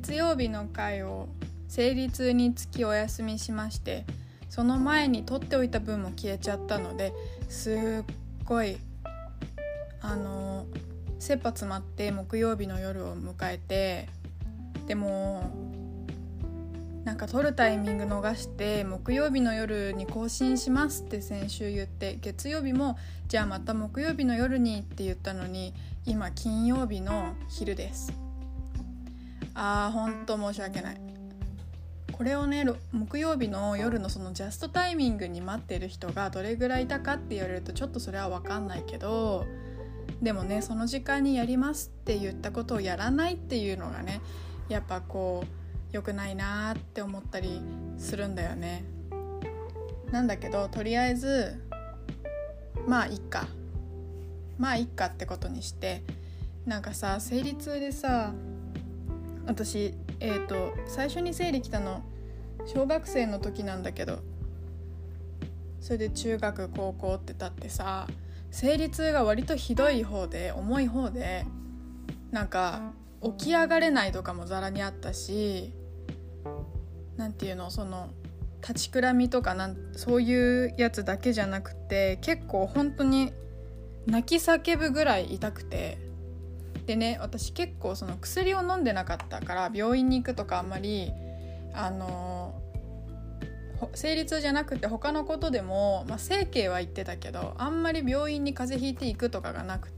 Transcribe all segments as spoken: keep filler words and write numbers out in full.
月曜日の回を生理痛につきお休みしまして、その前に取っておいた分も消えちゃったので、すっごいあの切羽詰まって木曜日の夜を迎えて、でもなんか撮るタイミング逃して木曜日の夜に更新しますって先週言って、月曜日もじゃあまた木曜日の夜にって言ったのに、今金曜日の昼です。あーほんと申し訳ない。これをね、木曜日の夜のそのジャストタイミングに待ってる人がどれぐらいいたかって言われるとちょっとそれは分かんないけど、でもね、その時間にやりますって言ったことをやらないっていうのがね、やっぱこう良くないなって思ったりするんだよね。なんだけどとりあえずまあいっかまあいっかってことにして、なんかさ、生理痛でさ、私えーと最初に生理来たの小学生の時なんだけど、それで中学高校って経ってさ、生理痛が割とひどい方で重い方で、なんか起き上がれないとかもざらにあったし、なんていうの、その立ちくらみとかなんそういうやつだけじゃなくて、結構本当に泣き叫ぶぐらい痛くて、でね、私結構その薬を飲んでなかったから病院に行くとかあんまりあの生理痛じゃなくて他のことでも、まあ、整形は行ってたけどあんまり病院に風邪ひいて行くとかがなくって、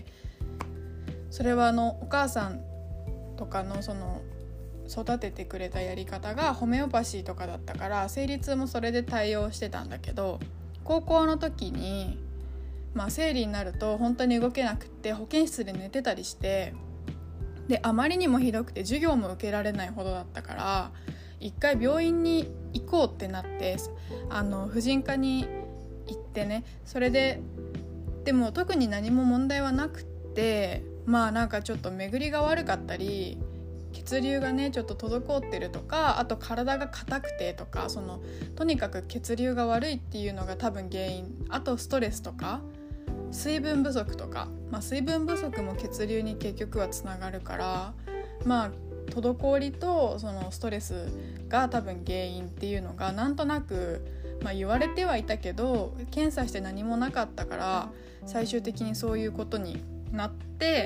それはあのお母さんとかのその育ててくれたやり方がホメオパシーとかだったから、生理痛もそれで対応してたんだけど、高校の時にまあ、生理になると本当に動けなくって保健室で寝てたりして、であまりにもひどくて授業も受けられないほどだったから、一回病院に行こうってなって、あの婦人科に行ってね、それででも特に何も問題はなくって、まあなんかちょっと巡りが悪かったり血流がねちょっと滞ってるとか、あと体が硬くてとか、そのとにかく血流が悪いっていうのが多分原因。あとストレスとか水分不足とか、まあ、水分不足も血流に結局はつながるから、まあ滞りとそのストレスが多分原因っていうのがなんとなく、まあ、言われてはいたけど検査して何もなかったから、最終的にそういうことになって、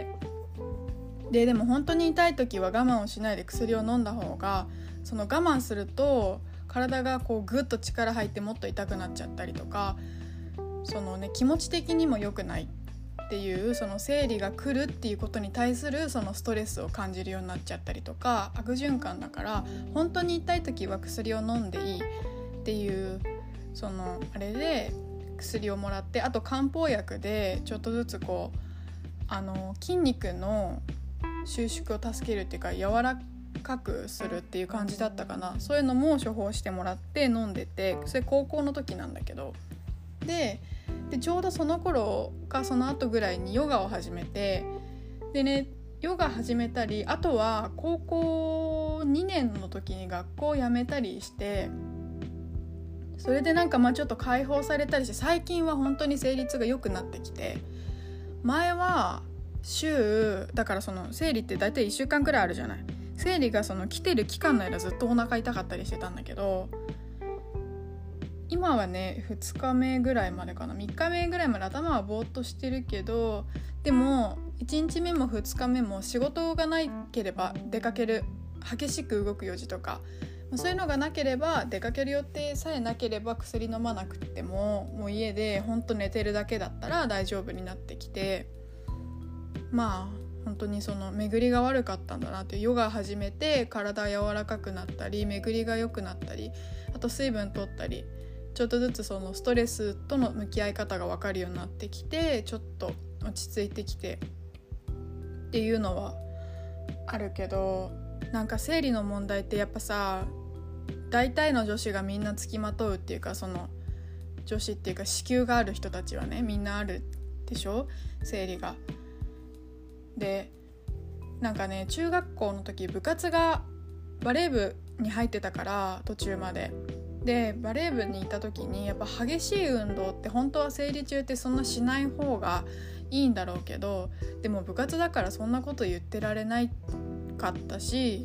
ででも本当に痛い時は我慢をしないで薬を飲んだ方が、その我慢すると体がこうグッと力入ってもっと痛くなっちゃったりとか、そのね気持ち的にも良くないっていう、その生理が来るっていうことに対するそのストレスを感じるようになっちゃったりとか、悪循環だから、本当に痛い時は薬を飲んでいいっていうそのあれで薬をもらって、あと漢方薬でちょっとずつこうあの筋肉の収縮を助けるっていうか柔らかくするっていう感じだったかな。そういうのも処方してもらって飲んでて、それ高校の時なんだけど、ででちょうどその頃かその後ぐらいにヨガを始めて、でねヨガ始めたり、あとは高校にねんの時に学校を辞めたりして、それでなんかまあちょっと解放されたりして、最近は本当に生理痛が良くなってきて、前は週だから、その生理って大体いっしゅうかんくらいあるじゃない。生理がその来てる期間の間ずっとお腹痛かったりしてたんだけど、今はねふつかめぐらいまでかな、みっかめぐらいまで頭はぼーっとしてるけど、でもいちにちめもふつかめも仕事がなければ出かける、激しく動く用事とかそういうのがなければ、出かける予定さえなければ薬飲まなくても、もう家でほんと寝てるだけだったら大丈夫になってきて、まあ本当にその巡りが悪かったんだなって。ヨガ始めて体柔らかくなったり、巡りが良くなったり、あと水分取ったり、ちょっとずつそのストレスとの向き合い方が分かるようになってきて、ちょっと落ち着いてきてっていうのはあるけど、なんか生理の問題ってやっぱさ、大体の女子がみんなつきまとうっていうか、その女子っていうか子宮がある人たちはねみんなあるでしょ、生理が。でなんかね、中学校の時部活がバレー部に入ってたから、途中まででバレー部にいた時に、やっぱ激しい運動って本当は生理中ってそんなしない方がいいんだろうけど、でも部活だからそんなこと言ってられないかったし、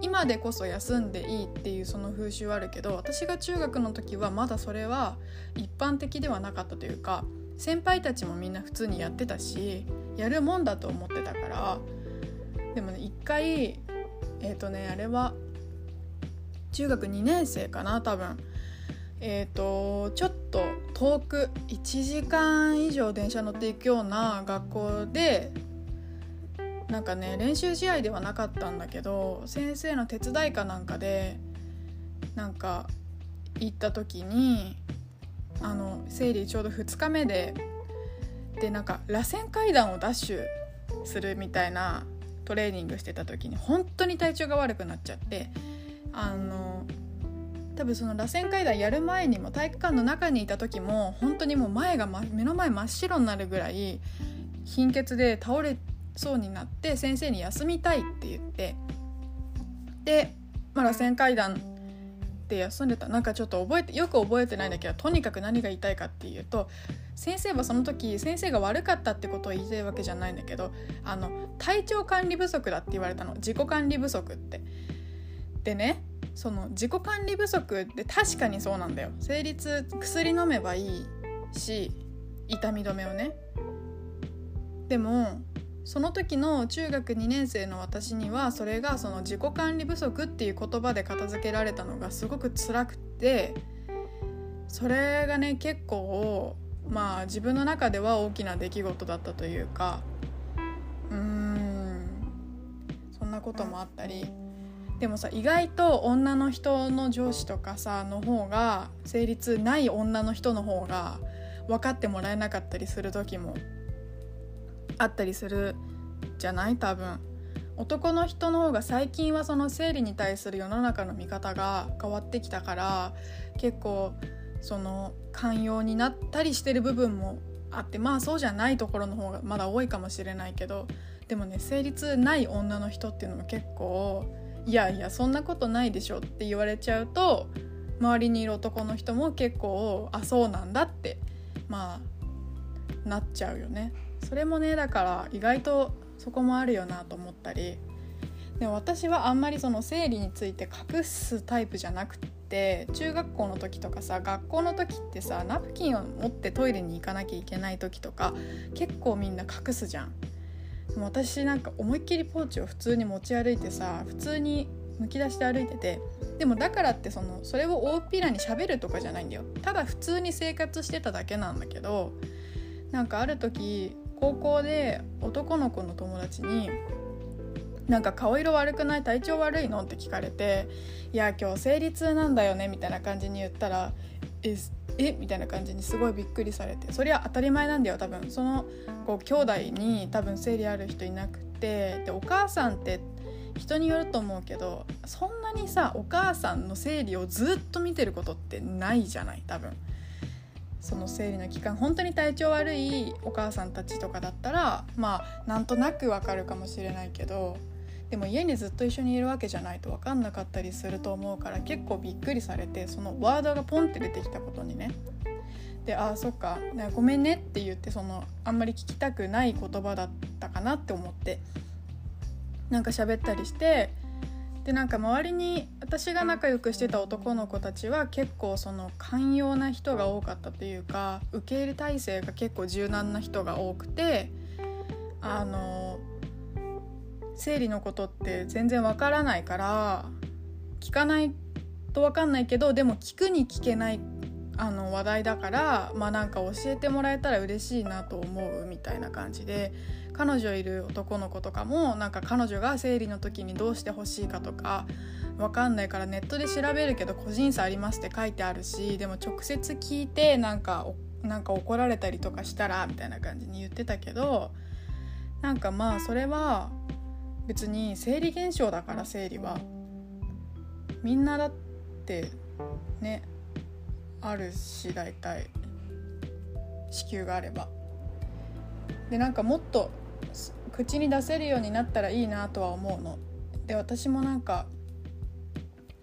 今でこそ休んでいいっていうその風習はあるけど、私が中学の時はまだそれは一般的ではなかったというか、先輩たちもみんな普通にやってたし、やるもんだと思ってたから。でもね、一回えっとねあれは中学にねん生かな多分、えっとちょっと遠くいちじかん以上電車乗っていくような学校で、なんかね練習試合ではなかったんだけど、先生の手伝いかなんかでなんか行った時に、あの生理ちょうどふつかめででなんか螺旋階段をダッシュするみたいなトレーニングしてた時に本当に体調が悪くなっちゃって、あの多分その螺旋階段やる前にも体育館の中にいた時も本当にもう前が、ま、目の前真っ白になるぐらい貧血で倒れそうになって、先生に休みたいって言って、で、まあ、螺旋階段で休んでた。なんかちょっと覚えてよく覚えてないんだけど、とにかく何が言いたいかっていうと、先生はその時先生が悪かったってことを言いたいわけじゃないんだけど、あの体調管理不足だって言われたの。自己管理不足って。でね、その自己管理不足って確かにそうなんだよ。生理痛薬飲めばいいし、痛み止めをね。でもその時の中学にねん生の私には、それがその自己管理不足っていう言葉で片付けられたのがすごく辛くて、それがね結構まあ自分の中では大きな出来事だったというか、うーんそんなこともあったり。でもさ、意外と女の人の上司とかさの方が、生理痛ない女の人の方が分かってもらえなかったりする時もあったりするじゃない？多分男の人の方が最近はその生理に対する世の中の見方が変わってきたから、結構その寛容になったりしてる部分もあって、まあそうじゃないところの方がまだ多いかもしれないけど、でもね、生理痛ない女の人っていうのも結構、いやいやそんなことないでしょって言われちゃうと、周りにいる男の人も結構、あ、そうなんだってまあなっちゃうよね。それもね、だから意外とそこもあるよなと思ったり。でも私はあんまりその生理について隠すタイプじゃなくて、中学校の時とかさ、学校の時ってさ、ナプキンを持ってトイレに行かなきゃいけない時とか結構みんな隠すじゃん。でも私なんか思いっきりポーチを普通に持ち歩いてさ、普通にむき出して歩いてて、でもだからってそのそれを大っぴらに喋るとかじゃないんだよ。ただ普通に生活してただけなんだけど、なんかある時高校で男の子の友達に、なんか顔色悪くない？体調悪いの？って聞かれて、いや今日生理痛なんだよねみたいな感じに言ったら、ええみたいな感じにすごいびっくりされて、そりゃ当たり前なんだよ。多分そのこう兄弟に多分生理ある人いなくて、でお母さんって人によると思うけど、そんなにさお母さんの生理をずっと見てることってないじゃない。多分その生理の期間本当に体調悪いお母さんたちとかだったら、まあなんとなくわかるかもしれないけど、でも家にずっと一緒にいるわけじゃないと分かんなかったりすると思うから、結構びっくりされて、そのワードがポンって出てきたことにね。で、ああそっか、ごめんねって言って、そのあんまり聞きたくない言葉だったかなって思って、なんか喋ったりして、でなんか周りに私が仲良くしてた男の子たちは結構その寛容な人が多かったというか、受け入れ体制が結構柔軟な人が多くて、あの生理のことって全然わからないから聞かないとわかんないけど、でも聞くに聞けないあの話題だから、まあなんか教えてもらえたら嬉しいなと思うみたいな感じで、彼女いる男の子とかもなんか彼女が生理の時にどうしてほしいかとかわかんないからネットで調べるけど個人差ありますって書いてあるし、でも直接聞いてなんかなんか怒られたりとかしたらみたいな感じに言ってたけど、なんかまあそれは別に生理現象だから、生理はみんなだってねあるし、大体子宮があれば。でなんかもっと口に出せるようになったらいいなとは思うので、私もなんか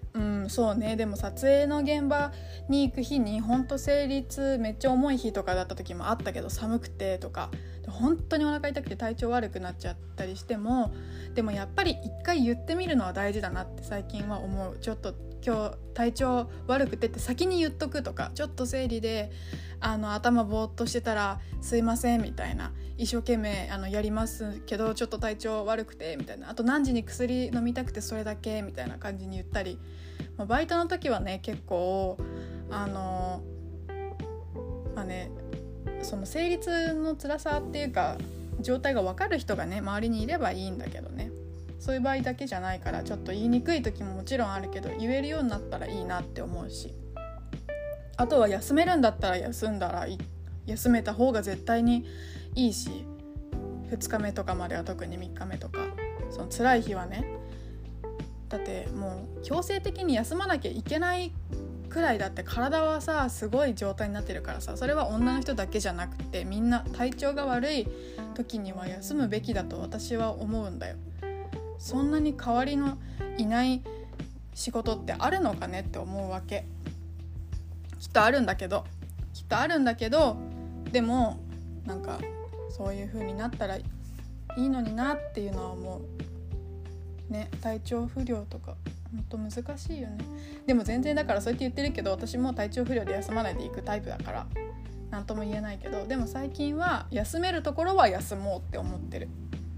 うんそうね。でも撮影の現場に行く日にほんと生理痛めっちゃ重い日とかだった時もあったけど、寒くてとか本当にお腹痛くて体調悪くなっちゃったりしても、でもやっぱり一回言ってみるのは大事だなって最近は思う。ちょっと今日体調悪くてって先に言っとくとか、ちょっと生理であの頭ぼーっとしてたらすいませんみたいな、一生懸命あのやりますけどちょっと体調悪くてみたいな、あと何時に薬飲みたくてそれだけみたいな感じに言ったり、まあ、バイトの時はね結構あのまあねその生理痛の辛さっていうか状態が分かる人がね周りにいればいいんだけどね、そういう場合だけじゃないからちょっと言いにくい時ももちろんあるけど、言えるようになったらいいなって思うし、あとは休めるんだったら休んだらいい、休めた方が絶対にいいし、ふつかめとかまでは特にみっかめとかその辛い日はね、だってもう強制的に休まなきゃいけないくらいだって体はさすごい状態になってるからさ、それは女の人だけじゃなくてみんな体調が悪い時には休むべきだと私は思うんだよ。そんなに代わりのいない仕事ってあるのかねって思うわけ。きっとあるんだけどきっとあるんだけどでもなんかそういう風になったらいいのになっていうのは思うね。体調不良とか本当難しいよね。でも全然だからそうやって言ってるけど、私も体調不良で休まないでいくタイプだからなんとも言えないけど、でも最近は休めるところは休もうって思ってる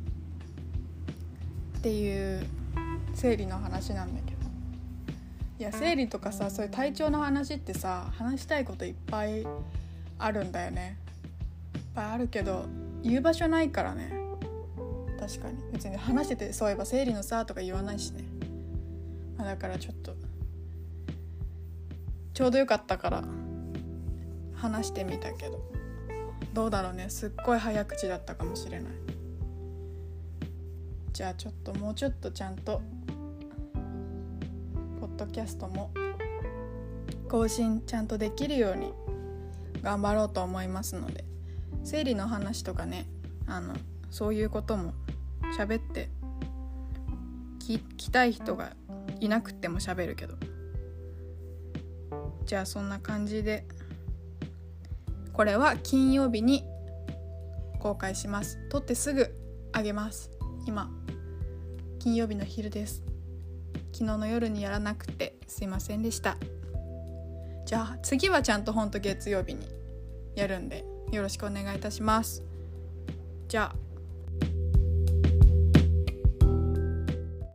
っていう生理の話なんだけど、いや生理とかさそういう体調の話ってさ話したいこといっぱいあるんだよね。いっぱいあるけど言う場所ないからね。確かに別に話しててそういえば生理のさとか言わないしね、まあ、だからちょっとちょうどよかったから話してみたけど、どうだろうね、すっごい早口だったかもしれない。じゃあちょっともうちょっとちゃんとポッドキャストも更新ちゃんとできるように頑張ろうと思いますので、生理の話とかね、あのそういうことも喋って聞きたい人がいなくても喋るけど、じゃあそんな感じで、これは金曜日に公開します。撮ってすぐあげます。今金曜日の昼です。昨日の夜にやらなくてすいませんでした。じゃあ次はちゃんとほんと月曜日にやるんでよろしくお願いいたします。じゃあ